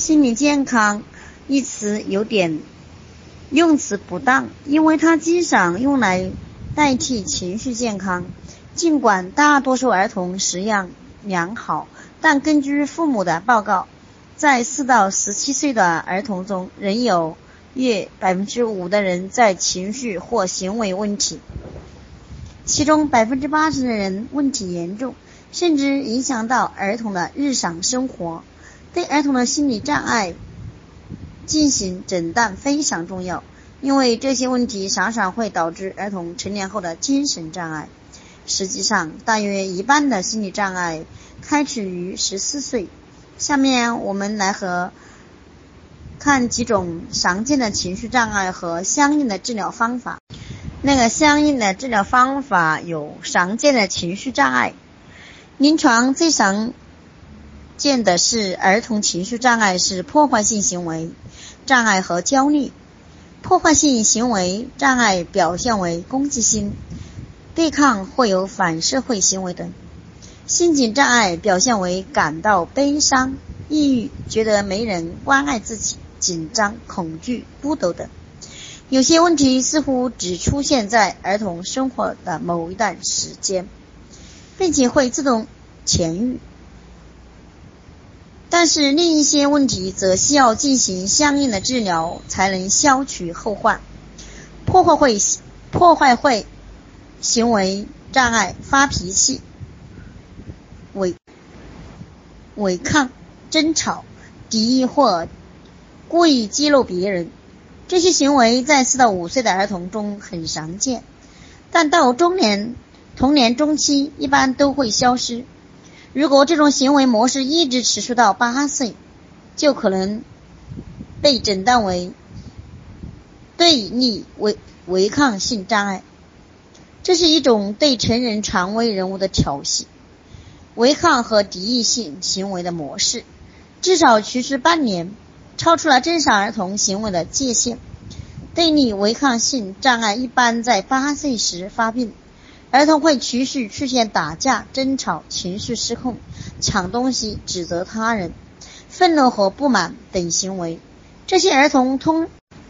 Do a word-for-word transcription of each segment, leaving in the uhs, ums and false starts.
心理健康一词有点用词不当，因为它经常用来代替情绪健康。尽管大多数儿童食养良好，但根据父母的报告，在四到十七岁的儿童中，仍有约 百分之五 的人在情绪或行为问题，其中 百分之八十 的人问题严重，甚至影响到儿童的日常生活。对儿童的心理障碍进行诊断非常重要，因为这些问题常常会导致儿童成年后的精神障碍。实际上，大约一半的心理障碍开始于十四岁。下面我们来和看几种常见的情绪障碍和相应的治疗方法。那个相应的治疗方法有常见的情绪障碍。临床最常见的是儿童情绪障碍是破坏性行为障碍和焦虑。破坏性行为障碍表现为攻击性、对抗或有反社会行为等。心境障碍表现为感到悲伤、抑郁、觉得没人关爱自己、紧张、恐惧、孤独等。有些问题似乎只出现在儿童生活的某一段时间，并且会自动痊愈，但是另一些问题则需要进行相应的治疗才能消除后患。破坏会破坏会行为障碍发脾气、违违抗、争吵、敌意或故意激怒别人。这些行为在四到五岁的儿童中很常见，但到中年童年中期一般都会消失。如果这种行为模式一直持续到八岁，就可能被诊断为对立违违抗性障碍。这是一种对成人权威人物的挑衅、违抗和敌意性行为的模式，至少持续半年，超出了正常儿童行为的界限。对立违抗性障碍一般在八岁时发病，儿童会持续出现打架、争吵、情绪失控、抢东西、指责他人、愤怒和不满等行为。这些儿童通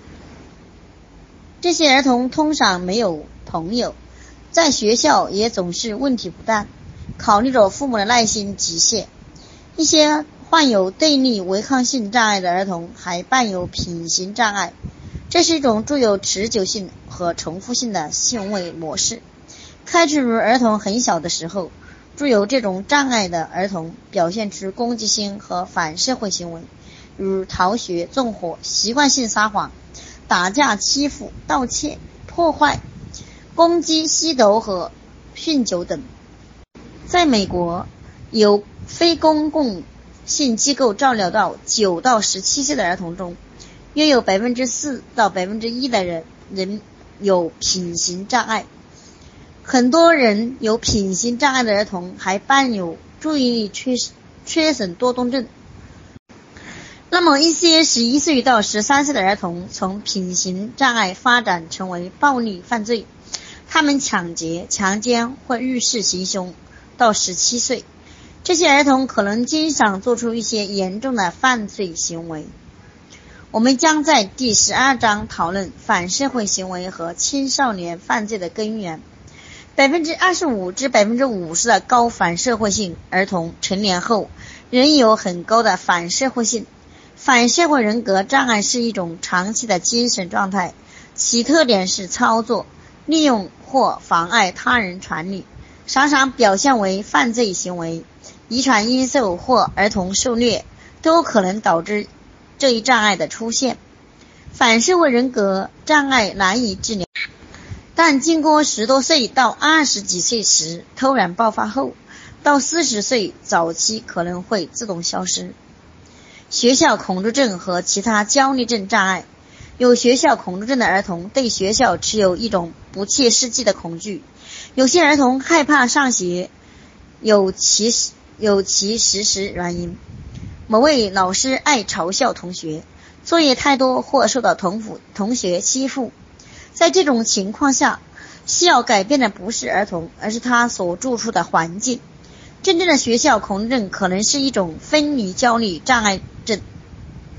这些儿童通常没有朋友，在学校也总是问题不断，考虑着父母的耐心极限。一些患有对立违抗性障碍的儿童还伴有品行障碍，这是一种具有持久性和重复性的行为模式。开始于儿童很小的时候，具有这种障碍的儿童表现出攻击性和反社会行为，如逃学、纵火、习惯性撒谎、打架、欺负、盗窃、破坏、攻击、吸毒和酗酒等。在美国，有非公共性机构照料到九到十七岁的儿童中，约有 百分之四 到 百分之一 的人人有品行障碍。很多人有品行障碍的儿童还伴有注意力缺缺损多动症。那么一些十一岁到十三岁的儿童从品行障碍发展成为暴力犯罪，他们抢劫、强奸或遇事行凶。到十七岁，这些儿童可能经常做出一些严重的犯罪行为。我们将在第十二章讨论反社会行为和青少年犯罪的根源。百分之二十五至百分之五十的高反社会性儿童成年后仍有很高的反社会性。反社会人格障碍是一种长期的精神状态，其特点是操作、利用或妨碍他人权利，常常表现为犯罪行为。遗传因素或儿童受虐都可能导致这一障碍的出现。反社会人格障碍难以治疗，但经过十多岁到二十几岁时突然爆发后，到四十岁早期可能会自动消失。学校恐惧症和其他焦虑症障碍。有学校恐惧症的儿童对学校持有一种不切实际的恐惧，有些儿童害怕上学，有其有其实施原因。某位老师爱嘲笑同学，作业太多或受到同辅同学欺负。在这种情况下，需要改变的不是儿童，而是他所住处的环境。真正的学校恐惧症可能是一种分离焦虑障碍症。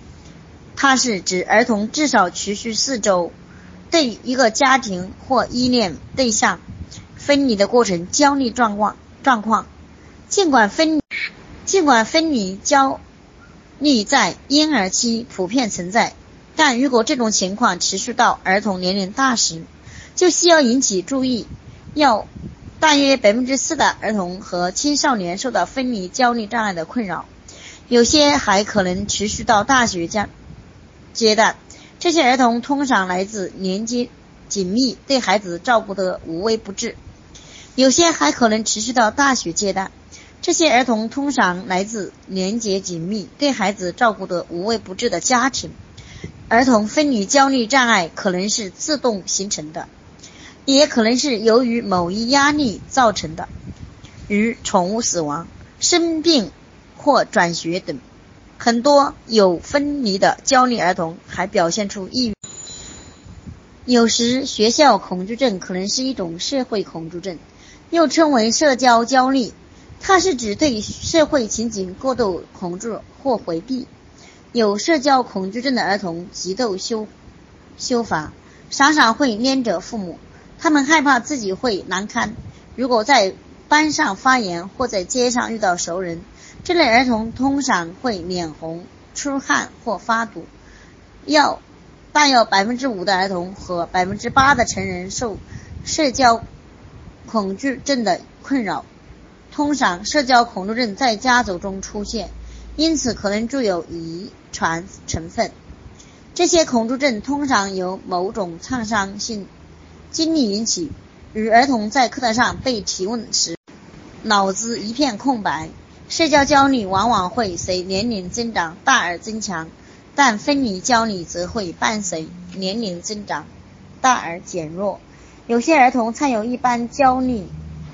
它是指儿童至少持续四周对一个家庭或依恋对象分离的过程焦虑状况状况。尽管分尽管分离焦虑在婴儿期普遍存在，但如果这种情况持续到儿童年龄大时，就需要引起注意。要大约 百分之四 的儿童和青少年受到分离焦虑障碍的困扰，有些还可能持续到大学阶段。这些儿童通常来自连接紧密、对孩子照顾的无微不至，有些还可能持续到大学阶段。这些儿童通常来自连结紧密、对孩子照顾的无微不至的家庭。儿童分离焦虑障碍可能是自动形成的，也可能是由于某一压力造成的，如宠物死亡、生病或转学等。很多有分离的焦虑儿童还表现出抑郁。有时学校恐惧症可能是一种社会恐惧症，又称为社交焦虑，它是指对社会情景过度恐惧或回避。有社交恐惧症的儿童极度羞羞乏，常常会黏着父母，他们害怕自己会难堪。如果在班上发言或在街上遇到熟人，这类儿童通常会脸红、出汗或发毒。要大约 百分之五 的儿童和 百分之八 的成人受社交恐惧症的困扰。通常社交恐惧症在家族中出现，因此可能具有遗传成分。这些恐惧症通常由某种创伤性经历引起，如儿童在课堂上被提问时脑子一片空白。社交焦虑往往会随年龄增长大而增强，但分离焦虑则会伴随年龄增长大而减弱。有些儿童参有一般焦虑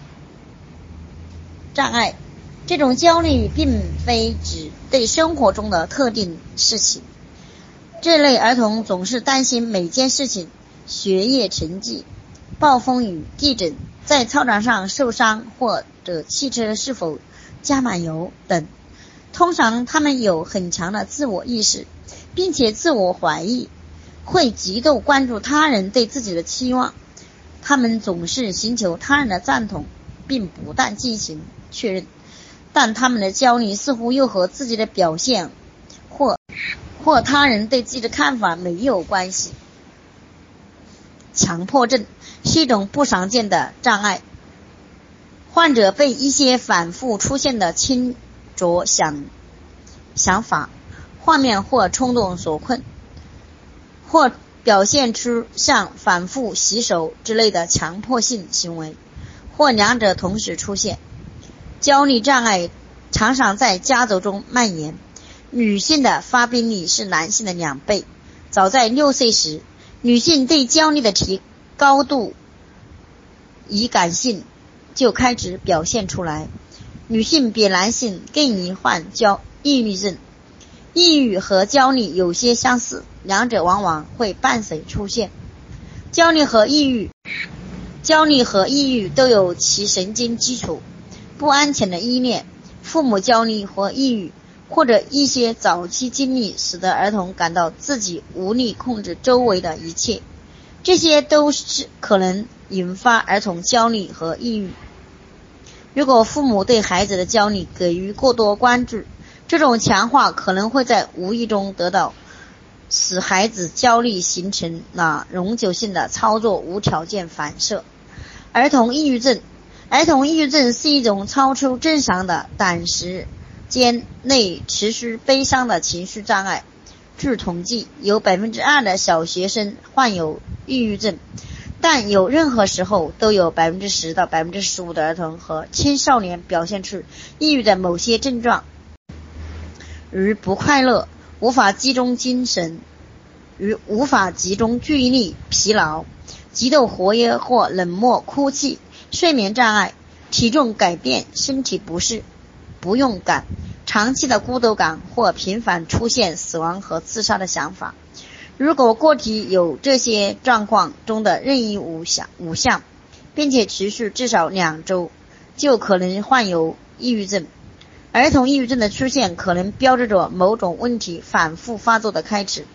障碍，这种焦虑并非指对生活中的特定事情。这类儿童总是担心每件事情，学业成绩、暴风雨、地震、在操场上受伤或者汽车是否加满油等。通常他们有很强的自我意识，并且自我怀疑，会极度关注他人对自己的期望。他们总是寻求他人的赞同，并不断进行确认，但他们的焦虑似乎又和自己的表现或或他人对自己的看法没有关系。强迫症是一种不常见的障碍，患者被一些反复出现的清浊想想法、画面或冲动所困，或表现出像反复洗手之类的强迫性行为，或两者同时出现。焦虑障碍常常在家族中蔓延，女性的发病率是男性的两倍。早在六岁时，女性对焦虑的提高度敏感性就开始表现出来。女性比男性更易患焦抑郁症。抑郁和焦虑有些相似，两者往往会伴随出现。焦虑和抑郁焦虑和抑郁都有其神经基础。不安全的依恋、父母焦虑或抑郁，或者一些早期经历使得儿童感到自己无力控制周围的一切，这些都是可能引发儿童焦虑和抑郁。如果父母对孩子的焦虑给予过多关注，这种强化可能会在无意中得到使孩子焦虑形成了永久性的操作无条件反射。儿童抑郁症儿童抑郁症是一种超出正常的短时间内持续悲伤的情绪障碍。据统计，有 百分之二 的小学生患有抑郁症，但有任何时候都有 百分之十 到 百分之十五 的儿童和青少年表现出抑郁的某些症状，如不快乐、无法集中精神、如无法集中注意力、疲劳、极度活跃或冷漠、哭泣、睡眠障碍、体重改变、身体不适、不用感、长期的孤独感或频繁出现死亡和自杀的想法。如果个体有这些状况中的任意五项五项，并且持续至少两周，就可能患有抑郁症。儿童抑郁症的出现可能标志着某种问题反复发作的开始。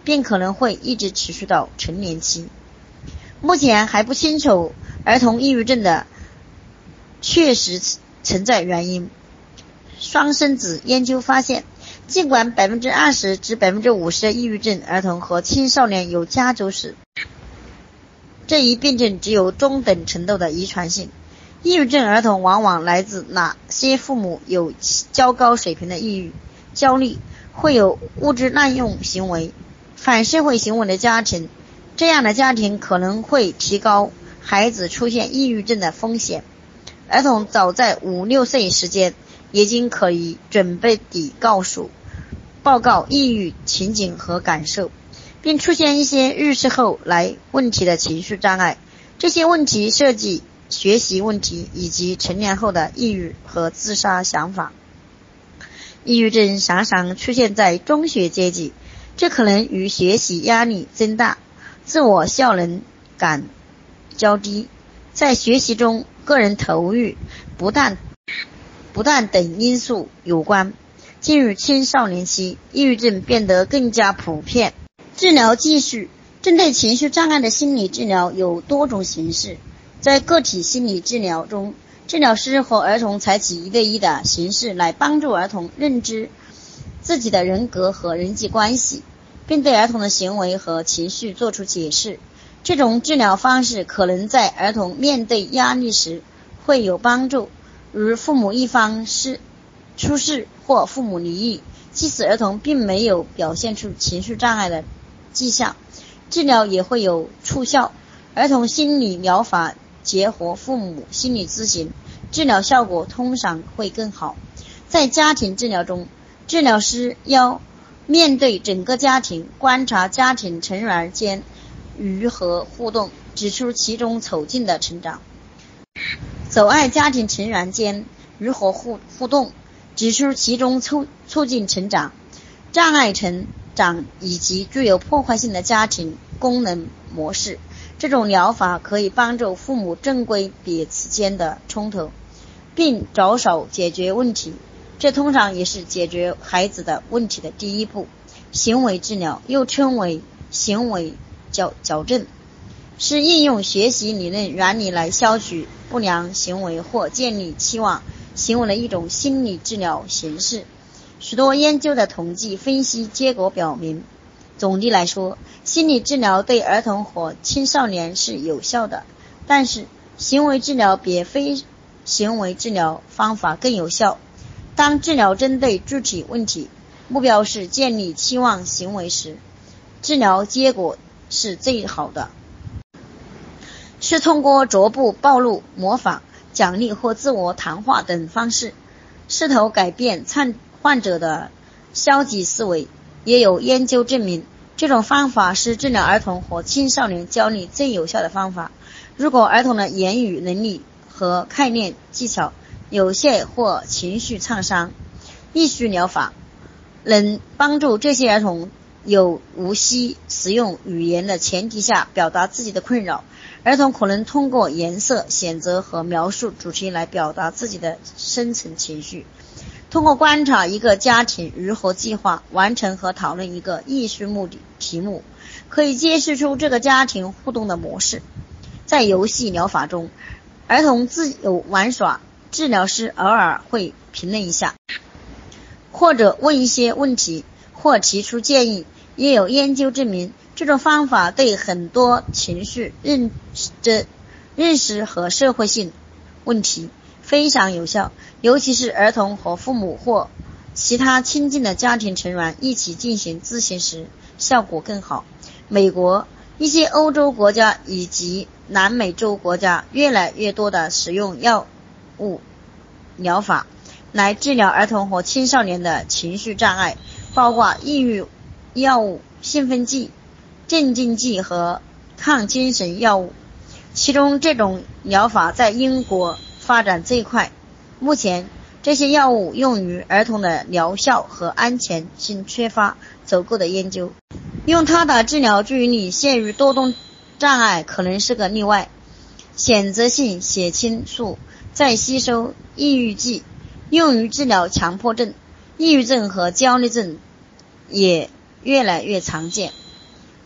并可能会一直持续到成年期。目前还不清楚儿童抑郁症的确实存在原因。双生子研究发现，尽管 百分之二十 至 百分之五十 的抑郁症儿童和青少年有家族史，这一病症只有中等程度的遗传性。抑郁症儿童往往来自哪些父母有较高水平的抑郁、焦虑，会有物质滥用行为、反社会行为的家庭，这样的家庭可能会提高孩子出现抑郁症的风险。儿童早在五六岁时间已经可以准备地告诉报告抑郁情景和感受，并出现一些预示后来问题的情绪障碍。这些问题涉及学习问题以及成年后的抑郁和自杀想法。抑郁症常常出现在中学阶级，这可能与学习压力增大、自我效能感较低，在学习中个人投入不当不当等因素有关。进入青少年期，抑郁症变得更加普遍。治疗技术针对情绪障碍的心理治疗有多种形式。在个体心理治疗中，治疗师和儿童采取一对一的形式来帮助儿童认知自己的人格和人际关系，并对儿童的行为和情绪做出解释。这种治疗方式可能在儿童面对压力时会有帮助，如父母一方是出事或父母离异，即使儿童并没有表现出情绪障碍的迹象，治疗也会有促效。儿童心理疗法结合父母心理咨询，治疗效果通常会更好。在家庭治疗中，治疗师要面对整个家庭，观察家庭成员间如何互动，指出其中促进的成长。阻碍家庭成员间如何互互动，指出其中促促进成长、障碍成长以及具有破坏性的家庭功能模式。这种疗法可以帮助父母正规彼此间的冲突，并着手解决问题。这通常也是解决孩子的问题的第一步。行为治疗又称为行为矫矫正，是应用学习理论原理来消除不良行为或建立期望行为的一种心理治疗形式。许多研究的统计分析结果表明，总的来说，心理治疗对儿童和青少年是有效的，但是行为治疗比非行为治疗方法更有效。当治疗针对具体问题，目标是建立期望行为时，治疗结果是最好的。是通过逐步暴露、模仿、奖励或自我谈话等方式，试图改变患者的消极思维。也有研究证明，这种方法是治疗儿童和青少年焦虑最有效的方法。如果儿童的言语能力和概念技巧有限或情绪创伤，艺术疗法能帮助这些儿童有无需使用语言的前提下表达自己的困扰。儿童可能通过颜色、选择和描述主题来表达自己的深层情绪。通过观察一个家庭如何计划、完成和讨论一个艺术目的题目，可以揭示出这个家庭互动的模式。在游戏疗法中，儿童自由玩耍，治疗师偶尔会评论一下，或者问一些问题，或提出建议。也有研究证明，这种方法对很多情绪认知、认识和社会性问题非常有效，尤其是儿童和父母或其他亲近的家庭成员一起进行咨询时，效果更好。美国、一些欧洲国家以及南美洲国家越来越多地使用药物疗法来治疗儿童和青少年的情绪障碍，包括抑郁药物、兴奋剂、镇静剂和抗精神药物。其中这种疗法在英国发展最快。目前这些药物用于儿童的疗效和安全性缺乏足够的研究。用它的治疗注意力陷入多动障碍可能是个例外。选择性血清素再吸收抑郁剂用于治疗强迫症、抑郁症和焦虑症也越来越常见。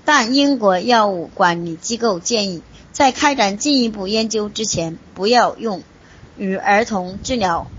但英国药物管理机构建议，在开展进一步研究之前，不要用与儿童治疗